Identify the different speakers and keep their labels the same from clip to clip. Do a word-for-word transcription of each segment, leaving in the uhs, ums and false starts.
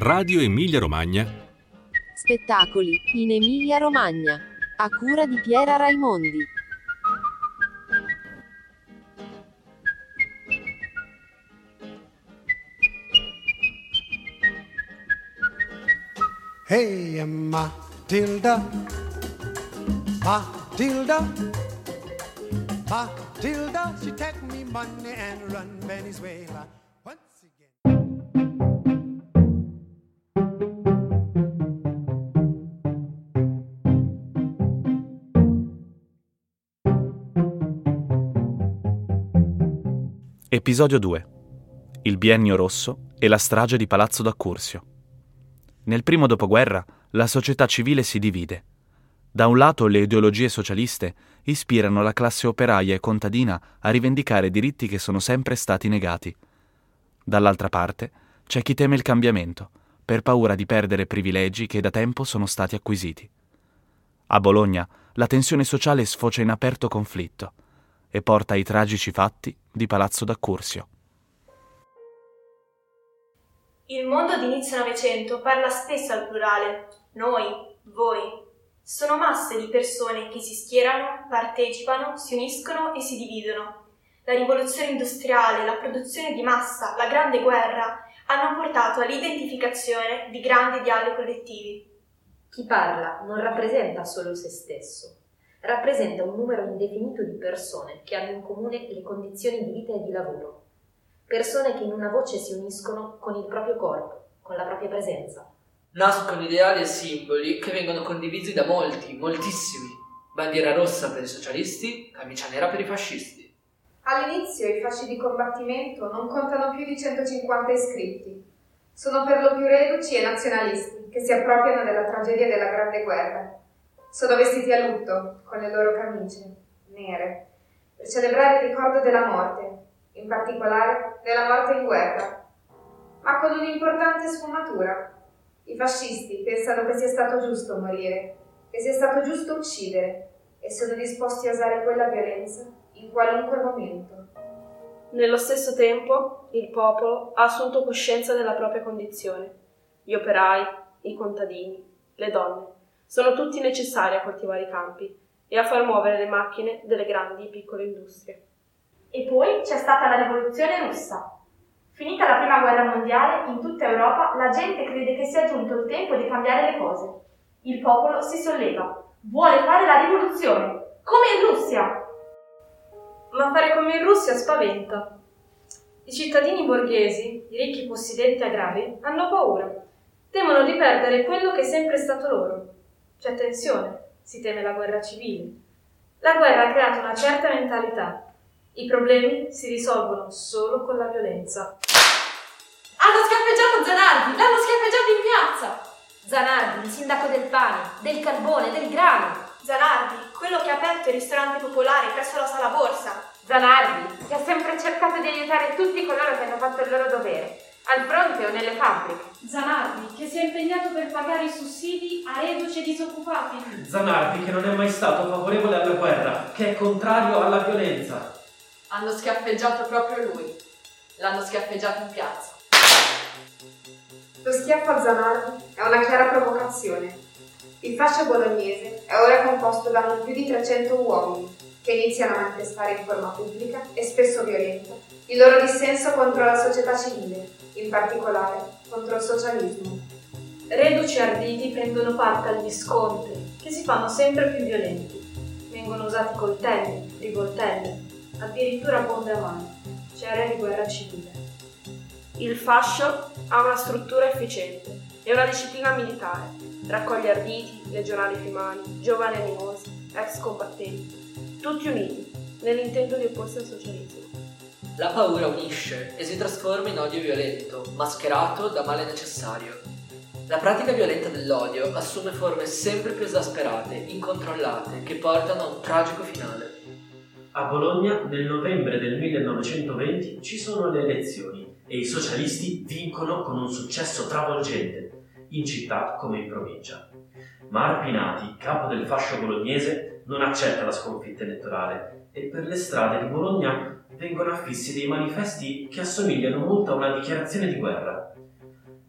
Speaker 1: Radio Emilia Romagna.
Speaker 2: Spettacoli in Emilia Romagna, a cura di Piera Raimondi.
Speaker 3: Hey, Matilda, Matilda, Matilda, she take me money and run Venezuela. Once again.
Speaker 4: Episodio due. Il biennio rosso e la strage di Palazzo d'Accursio. Nel primo dopoguerra la società civile si divide. Da un lato le ideologie socialiste ispirano la classe operaia e contadina a rivendicare diritti che sono sempre stati negati. Dall'altra parte c'è chi teme il cambiamento, per paura di perdere privilegi che da tempo sono stati acquisiti. A Bologna la tensione sociale sfocia in aperto conflitto e porta ai tragici fatti di Palazzo d'Accursio.
Speaker 5: Il mondo di inizio Novecento parla spesso al plurale, noi, voi. Sono masse di persone che si schierano, partecipano, si uniscono e si dividono. La rivoluzione industriale, la produzione di massa, la grande guerra hanno portato all'identificazione di grandi ideali collettivi.
Speaker 6: Chi parla non rappresenta solo se stesso, rappresenta un numero indefinito di persone che hanno in comune le condizioni di vita e di lavoro. Persone che in una voce si uniscono con il proprio corpo, con la propria presenza.
Speaker 7: Nascono ideali e simboli che vengono condivisi da molti, moltissimi. Bandiera rossa per i socialisti, camicia nera per i fascisti.
Speaker 8: All'inizio i fasci di combattimento non contano più di centocinquanta iscritti. Sono per lo più reduci e nazionalisti che si appropriano della tragedia della Grande Guerra. Sono vestiti a lutto, con le loro camicie nere, per celebrare il ricordo della morte, in particolare della morte in guerra, ma con un'importante sfumatura. I fascisti pensano che sia stato giusto morire, che sia stato giusto uccidere, e sono disposti a usare quella violenza in qualunque momento.
Speaker 5: Nello stesso tempo, il popolo ha assunto coscienza della propria condizione. Gli operai, i contadini, le donne, sono tutti necessari a coltivare i campi e a far muovere le macchine delle grandi e piccole industrie.
Speaker 9: E poi c'è stata la rivoluzione russa. Finita la prima guerra mondiale, in tutta Europa la gente crede che sia giunto il tempo di cambiare le cose. Il popolo si solleva, vuole fare la rivoluzione, come in Russia.
Speaker 5: Ma fare come in Russia spaventa. I cittadini borghesi, i ricchi possidenti agravi, hanno paura. Temono di perdere quello che è sempre stato loro. C'è tensione, si teme la guerra civile. La guerra ha creato una certa mentalità. I problemi si risolvono solo con la violenza.
Speaker 6: Hanno schiaffeggiato Zanardi! L'hanno schiaffeggiato in piazza! Zanardi, il sindaco del pane, del carbone, del grano.
Speaker 9: Zanardi, quello che ha aperto i ristoranti popolari presso la sala borsa.
Speaker 10: Zanardi, che ha sempre cercato di aiutare tutti coloro che hanno fatto il loro dovere, al fronte o nelle fabbriche.
Speaker 11: Zanardi, che si è impegnato per pagare i sussidi a reduci e disoccupati.
Speaker 12: Zanardi, che non è mai stato favorevole alla guerra, che è contrario alla violenza.
Speaker 13: Hanno schiaffeggiato proprio lui. L'hanno schiaffeggiato in piazza.
Speaker 8: Lo schiaffo a Zanardi è una chiara provocazione. Il fascio bolognese è ora composto da non più di trecento uomini che iniziano a manifestare in forma pubblica e spesso violenta il loro dissenso contro la società civile, in particolare contro il socialismo.
Speaker 5: Reduci arditi prendono parte agli scontri, che si fanno sempre più violenti. Vengono usati coltelli, rivoltelli, addirittura bombe a mano. C'è area di guerra civile. Il fascio ha una struttura efficiente e una disciplina militare. Raccoglie arditi, legionari fimani, giovani animosi, ex combattenti, tutti uniti nell'intento di opporsi al socialismo.
Speaker 7: La paura unisce e si trasforma in odio violento, mascherato da male necessario. La pratica violenta dell'odio assume forme sempre più esasperate, incontrollate, che portano a un tragico finale.
Speaker 12: A Bologna nel novembre del millenovecentoventi ci sono le elezioni e i socialisti vincono con un successo travolgente, in città come in provincia. Ma Arpinati, capo del fascio bolognese, non accetta la sconfitta elettorale e per le strade di Bologna vengono affissi dei manifesti che assomigliano molto a una dichiarazione di guerra.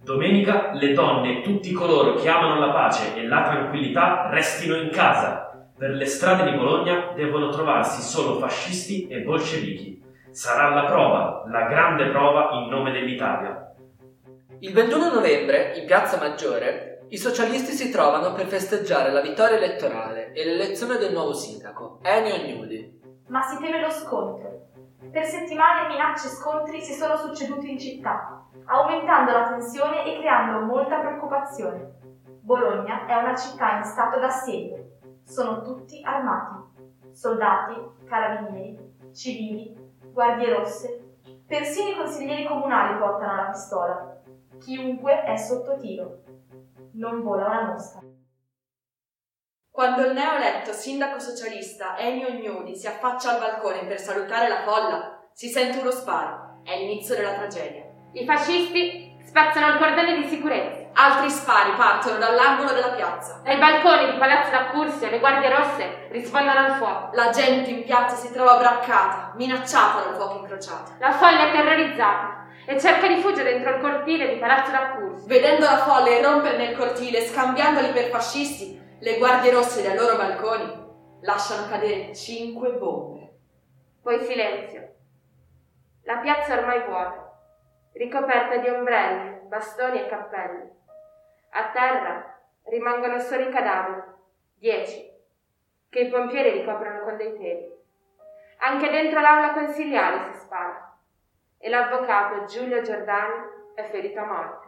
Speaker 12: Domenica le donne e tutti coloro che amano la pace e la tranquillità restino in casa. Per le strade di Bologna devono trovarsi solo fascisti e bolscevichi. Sarà la prova, la grande prova in nome dell'Italia.
Speaker 7: Il ventuno novembre, in Piazza Maggiore, i socialisti si trovano per festeggiare la vittoria elettorale e l'elezione del nuovo sindaco, Ennio Agnudi.
Speaker 9: Ma si teme lo scontro. Per settimane minacce e scontri si sono succeduti in città, aumentando la tensione e creando molta preoccupazione. Bologna è una città in stato d'assedio. Sono tutti armati. Soldati, carabinieri, civili, guardie rosse. Persino i consiglieri comunali portano la pistola. Chiunque è sotto tiro. Non vola una mosca.
Speaker 13: Quando il neoeletto sindaco socialista Ennio Agnudi si affaccia al balcone per salutare la folla, si sente uno sparo. È l'inizio della tragedia.
Speaker 10: I fascisti spazzano il cordone di sicurezza.
Speaker 13: Altri spari partono dall'angolo della piazza.
Speaker 10: Dai balconi di Palazzo d'Accursio le guardie rosse rispondono al fuoco.
Speaker 13: La gente in piazza si trova braccata, minacciata dal fuoco incrociato.
Speaker 10: La folla è terrorizzata e cerca rifugio dentro il cortile di Palazzo d'Accursio.
Speaker 13: Vedendo la folla irrompere nel cortile, scambiandoli per fascisti, le guardie rosse dai loro balconi lasciano cadere cinque bombe.
Speaker 10: Poi silenzio. La piazza è ormai vuota, ricoperta di ombrelli, bastoni e cappelli. A terra rimangono solo i cadaveri, dieci, che i pompieri ricoprono con dei teli. Anche dentro l'aula consiliare si spara e l'avvocato Giulio Giordani è ferito a morte.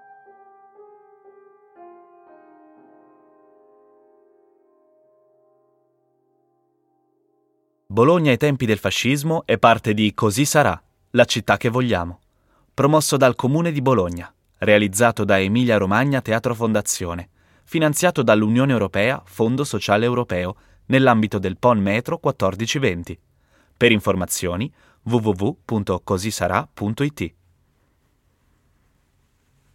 Speaker 4: Bologna ai tempi del fascismo è parte di Così sarà, la città che vogliamo, promosso dal Comune di Bologna, realizzato da Emilia Romagna Teatro Fondazione, finanziato dall'Unione Europea Fondo Sociale Europeo nell'ambito del P O N Metro quattordici venti. Per informazioni w w w punto così sarà punto i t.